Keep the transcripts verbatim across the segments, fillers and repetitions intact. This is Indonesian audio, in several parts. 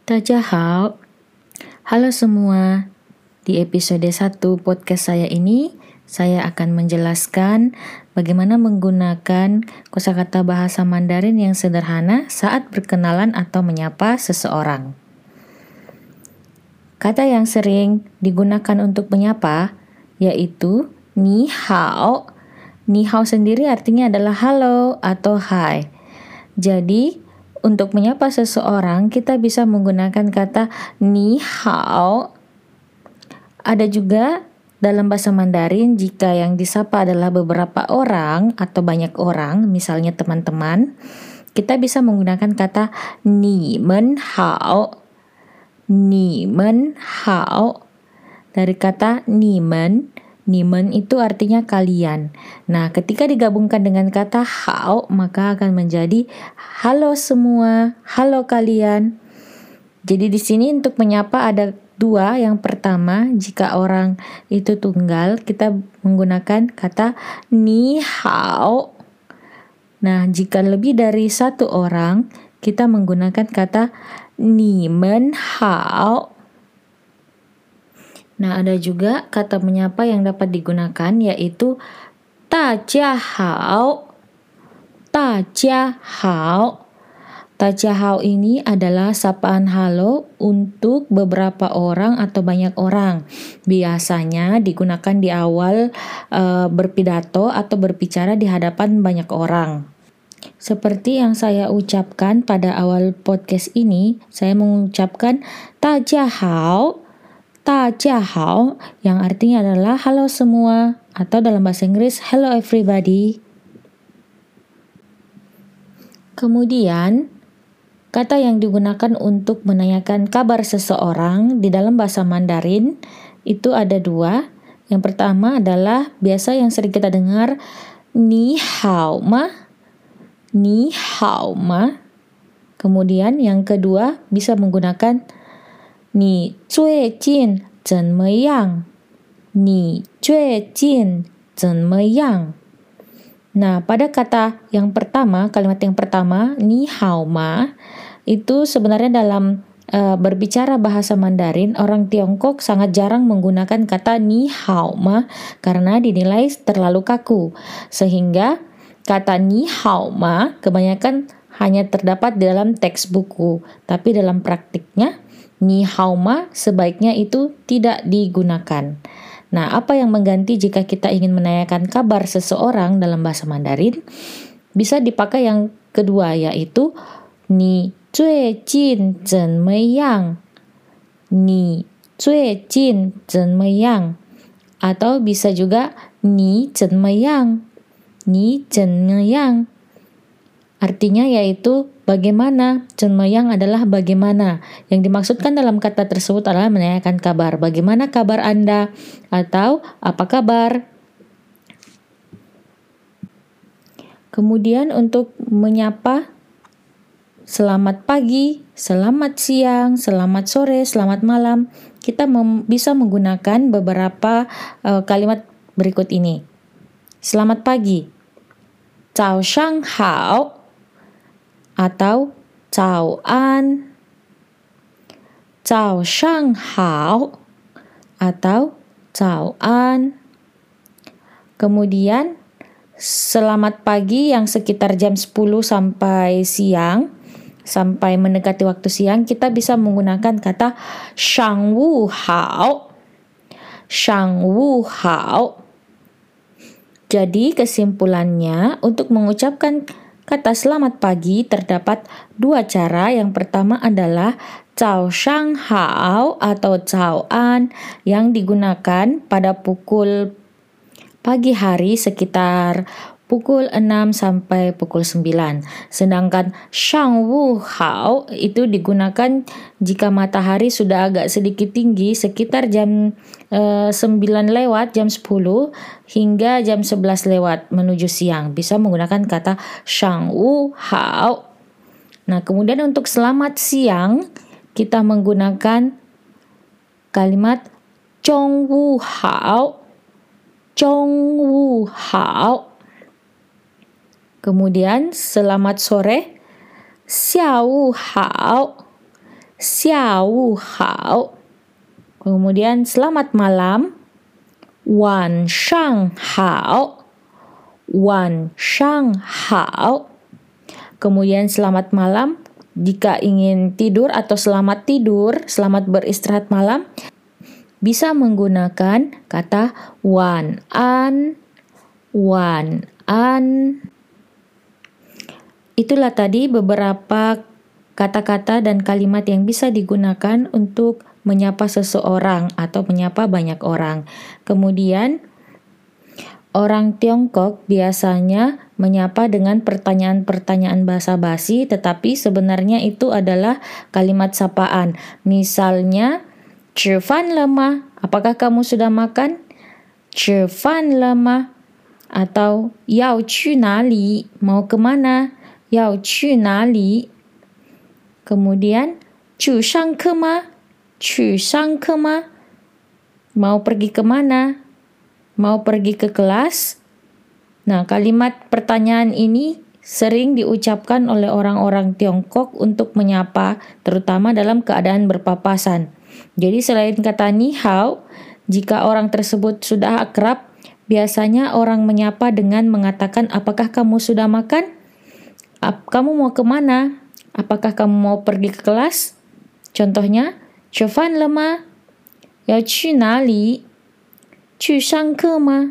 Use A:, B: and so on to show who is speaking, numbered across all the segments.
A: Tajahau. Halo semua. Di episode satu podcast saya ini, saya akan menjelaskan bagaimana menggunakan kosakata bahasa Mandarin yang sederhana saat berkenalan atau menyapa seseorang. Kata yang sering digunakan untuk menyapa yaitu ni hao. Ni hao sendiri artinya adalah halo atau hai. Jadi, untuk menyapa seseorang, kita bisa menggunakan kata ni hao. Ada juga dalam bahasa Mandarin, jika yang disapa adalah beberapa orang atau banyak orang, misalnya teman-teman, kita bisa menggunakan kata ni men hao. Ni men hao. Dari kata ni men, ni men itu artinya kalian. Nah, ketika digabungkan dengan kata hao, maka akan menjadi halo semua, halo kalian. Jadi di sini untuk menyapa ada dua. Yang pertama, jika orang itu tunggal, kita menggunakan kata ni hao. Nah, jika lebih dari satu orang, kita menggunakan kata ni men hao. Nah, ada juga kata menyapa yang dapat digunakan yaitu tajahau. Tajahau. Tajahau ini adalah sapaan halo untuk beberapa orang atau banyak orang. Biasanya digunakan di awal e, berpidato atau berbicara di hadapan banyak orang. Seperti yang saya ucapkan pada awal podcast ini, saya mengucapkan tajahau. Tajahau yang artinya adalah halo semua, atau dalam bahasa Inggris hello everybody. Kemudian kata yang digunakan untuk menanyakan kabar seseorang di dalam bahasa Mandarin itu ada dua. Yang pertama adalah biasa yang sering kita dengar ni hao ma. Ni hao ma. Kemudian yang kedua bisa menggunakan ni zui jin怎么样? Ni zui jin怎么样? Nah, pada kata yang pertama, kalimat yang pertama, ni hao ma, itu sebenarnya dalam uh, berbicara bahasa Mandarin, orang Tiongkok sangat jarang menggunakan kata ni hao ma karena dinilai terlalu kaku. Sehingga kata ni hao ma kebanyakan hanya terdapat di dalam teks buku, tapi dalam praktiknya ni hao ma sebaiknya itu tidak digunakan. Nah, apa yang mengganti jika kita ingin menanyakan kabar seseorang dalam bahasa Mandarin? Bisa dipakai yang kedua yaitu ni zui jin怎么样? Ni zui jin怎么样? Atau bisa juga ni 怎么样? Ni 怎么样? Artinya yaitu bagaimana. 怎么样 adalah bagaimana. Yang dimaksudkan dalam kata tersebut adalah menanyakan kabar. Bagaimana kabar Anda? Atau apa kabar? Kemudian untuk menyapa, selamat pagi, selamat siang, selamat sore, selamat malam, kita mem- bisa menggunakan beberapa uh, kalimat berikut ini. Selamat pagi, 早上好 atau 早安 早上好 atau 早安 kemudian selamat pagi yang sekitar jam sepuluh sampai siang sampai mendekati waktu siang kita bisa menggunakan kata 上午好 上午好 Jadi kesimpulannya untuk mengucapkan kata selamat pagi terdapat dua cara. Yang pertama adalah 早上好 atau 早安 yang digunakan pada pukul pagi hari sekitar pukul enam sampai pukul sembilan. Sedangkan 上午好 itu digunakan jika matahari sudah agak sedikit tinggi sekitar jam uh, sembilan lewat, jam sepuluh hingga jam sebelas lewat menuju siang. Bisa menggunakan kata 上午好. Nah, kemudian untuk selamat siang kita menggunakan kalimat 中午好. 中午好. Kemudian selamat sore, 下午好. xiao hao. Kemudian selamat malam, wan shang hao. Wan shang hao. Kemudian selamat malam, jika ingin tidur atau selamat tidur, selamat beristirahat malam, bisa menggunakan kata wan an, wan an. Itulah tadi beberapa kata-kata dan kalimat yang bisa digunakan untuk menyapa seseorang atau menyapa banyak orang. Kemudian, orang Tiongkok biasanya menyapa dengan pertanyaan-pertanyaan basa-basi, tetapi sebenarnya itu adalah kalimat sapaan. Misalnya, 吃饭了吗? Apakah kamu sudah makan? 吃饭了吗? Atau 要去哪里? Mau kemana? 要去哪里? Kemudian, 去上课吗? 去上课吗? Mau pergi kemana? Mau pergi ke kelas? Nah, kalimat pertanyaan ini sering diucapkan oleh orang-orang Tiongkok untuk menyapa, terutama dalam keadaan berpapasan. Jadi selain kata ni hao, jika orang tersebut sudah akrab, biasanya orang menyapa dengan mengatakan, apakah kamu sudah makan? Kamu mau kemana? Apakah kamu mau pergi ke kelas? Contohnya, 吃饭了吗? 要去哪里? 去上课吗?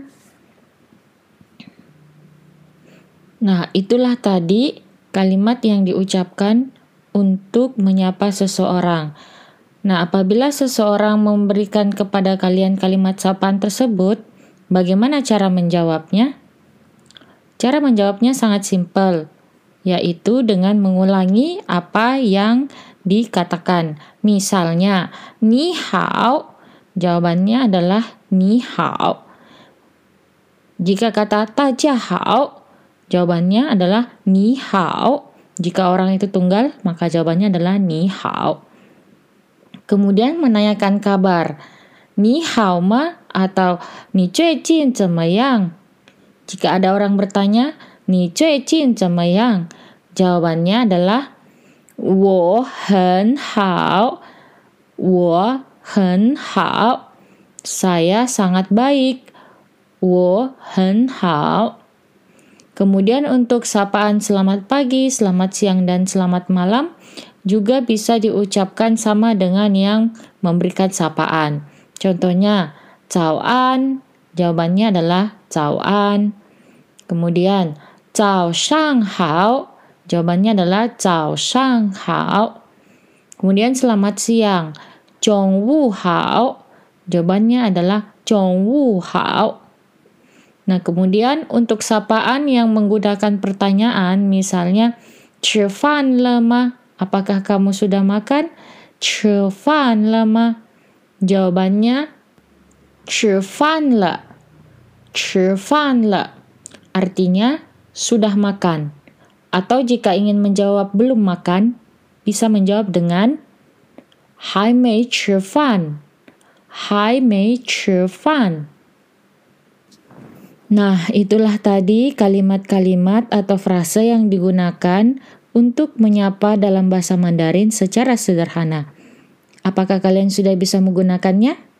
A: Nah, itulah tadi kalimat yang diucapkan untuk menyapa seseorang. Nah, apabila seseorang memberikan kepada kalian kalimat sapaan tersebut, bagaimana cara menjawabnya? Cara menjawabnya sangat simpel, yaitu dengan mengulangi apa yang dikatakan. Misalnya, ni hao, jawabannya adalah ni hao. Jika kata tajia hao, jawabannya adalah ni hao. Jika orang itu tunggal, maka jawabannya adalah ni hao. Kemudian menanyakan kabar, ni hao ma atau ni zui jin zemayang. Jika ada orang bertanya, ni zui jin zemayang, jawabannya adalah 我很好, 我很好, saya sangat baik, 我很好. Kemudian untuk sapaan selamat pagi, selamat siang, dan selamat malam juga bisa diucapkan sama dengan yang memberikan sapaan. Contohnya, 早安, jawabannya adalah 早安. Kemudian, 早上好, jawabannya adalah 早上好. Kemudian selamat siang, 中午好, jawabannya adalah 中午好. Nah, kemudian untuk sapaan yang menggunakan pertanyaan, misalnya 吃饭了吗? Apakah kamu sudah makan? 吃饭了吗? Jawabannya 吃饭了. 吃饭了. Artinya sudah makan. Atau jika ingin menjawab belum makan, bisa menjawab dengan 还没吃饭. 还没吃饭. Nah, itulah tadi kalimat-kalimat atau frase yang digunakan untuk menyapa dalam bahasa Mandarin secara sederhana. Apakah kalian sudah bisa menggunakannya?